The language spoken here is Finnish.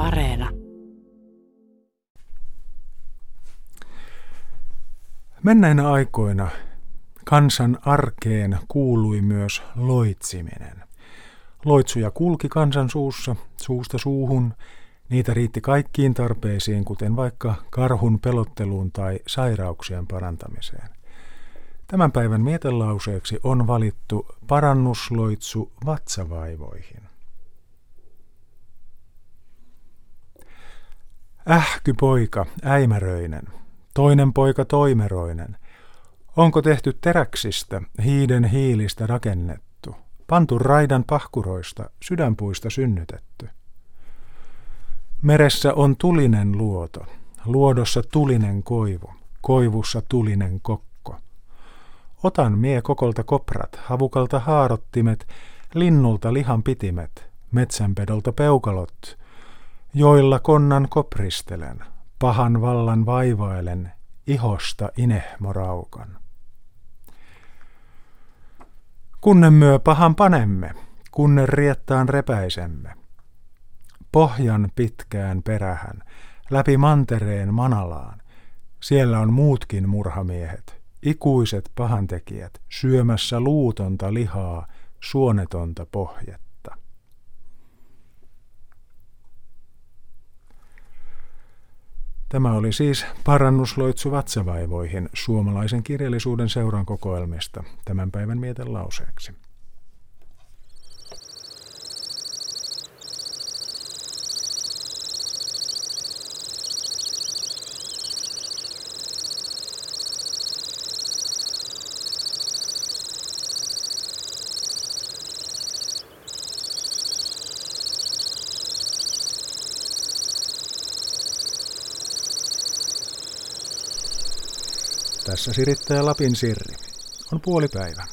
Areena. Menneinä aikoina kansan arkeen kuului myös loitsiminen. Loitsuja kulki kansan suussa, suusta suuhun. Niitä riitti kaikkiin tarpeisiin, kuten vaikka karhun pelotteluun tai sairauksien parantamiseen. Tämän päivän mietelauseeksi on valittu parannusloitsu vatsavaivoihin. Ähky poika, äimäröinen, toinen poika toimeroinen. Onko tehty teräksistä, hiiden hiilistä rakennettu, pantu raidan pahkuroista, sydänpuista synnytetty? Meressä on tulinen luoto, luodossa tulinen koivu, koivussa tulinen kokko. Otan mie kokolta koprat, havukalta haarottimet, linnulta lihan pitimet, metsänpedolta peukalot, joilla konnan kopristelen, pahan vallan vaivailen, ihosta inehmoraukan. Kunnen myö pahan panemme, kunnen riettaan repäisemme. Pohjan pitkään perähän, läpi mantereen manalaan. Siellä on muutkin murhamiehet, ikuiset pahantekijät, syömässä luutonta lihaa, suonetonta pohjetta. Tämä oli siis parannusloitsu vatsavaivoihin suomalaisen kirjallisuuden seuran kokoelmista tämän päivän mietelauseeksi. Tässä sirittää Lapin Sirri. On puolipäivä.